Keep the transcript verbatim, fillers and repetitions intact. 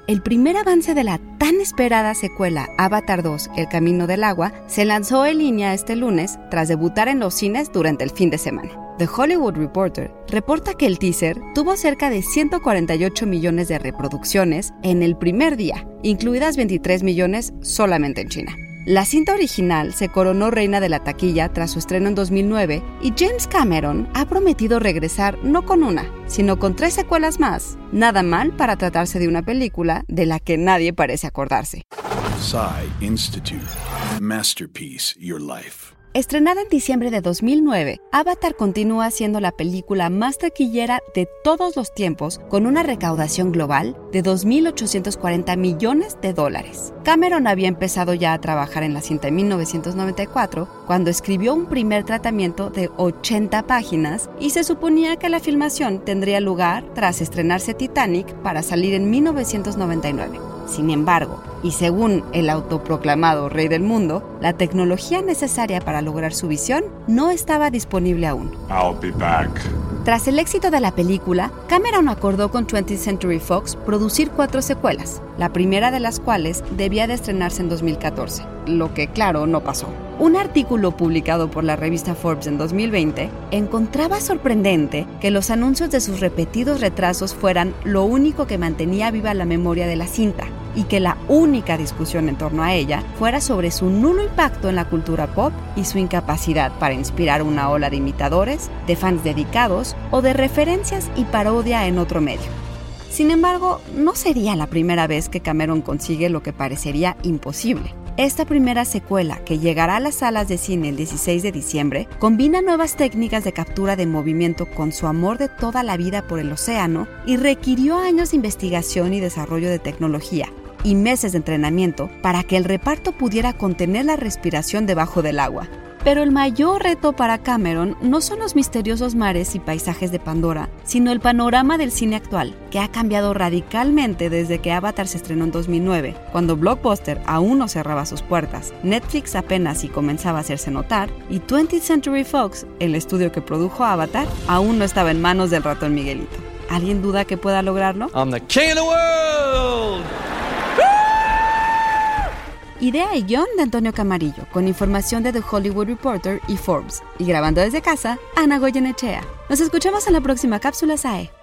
el primer avance de la tan esperada secuela Avatar dos, El Camino del Agua, se lanzó en línea este lunes tras debutar en los cines durante el fin de semana. The Hollywood Reporter reporta que el teaser tuvo cerca de ciento cuarenta y ocho millones de reproducciones en el primer día, incluidas veintitrés millones solamente en China. La cinta original se coronó reina de la taquilla tras su estreno en dos mil nueve y James Cameron ha prometido regresar no con una, sino con tres secuelas más. Nada mal para tratarse de una película de la que nadie parece acordarse. Psy Institute. Masterpiece Your Life. Estrenada en diciembre de dos mil nueve, Avatar continúa siendo la película más taquillera de todos los tiempos, con una recaudación global de dos mil ochocientos cuarenta millones de dólares. Cameron había empezado ya a trabajar en la cinta en mil novecientos noventa y cuatro, cuando escribió un primer tratamiento de ochenta páginas y se suponía que la filmación tendría lugar tras estrenarse Titanic para salir en mil novecientos noventa y nueve. Sin embargo, y según el autoproclamado rey del mundo, la tecnología necesaria para lograr su visión no estaba disponible aún. I'll be back. Tras el éxito de la película, Cameron acordó con twentieth Century Fox producir cuatro secuelas, la primera de las cuales debía de estrenarse en dos mil catorce, lo que claro no pasó. Un artículo publicado por la revista Forbes en dos mil veinte encontraba sorprendente que los anuncios de sus repetidos retrasos fueran lo único que mantenía viva la memoria de la cinta, y que la única discusión en torno a ella fuera sobre su nulo impacto en la cultura pop y su incapacidad para inspirar una ola de imitadores, de fans dedicados o de referencias y parodia en otro medio. Sin embargo, no sería la primera vez que Cameron consigue lo que parecería imposible. Esta primera secuela, que llegará a las salas de cine el dieciséis de diciembre, combina nuevas técnicas de captura de movimiento con su amor de toda la vida por el océano y requirió años de investigación y desarrollo de tecnología y meses de entrenamiento para que el reparto pudiera contener la respiración debajo del agua. Pero el mayor reto para Cameron no son los misteriosos mares y paisajes de Pandora, sino el panorama del cine actual, que ha cambiado radicalmente desde que Avatar se estrenó en dos mil nueve, cuando Blockbuster aún no cerraba sus puertas, Netflix apenas si comenzaba a hacerse notar, y twentieth Century Fox, el estudio que produjo Avatar, aún no estaba en manos del ratón Miguelito. ¿Alguien duda que pueda lograrlo? I'm the king of the world! Idea y guión de Antonio Camarillo, con información de The Hollywood Reporter y Forbes. Y grabando desde casa, Ana Goyenechea. Nos escuchamos en la próxima cápsula S A E.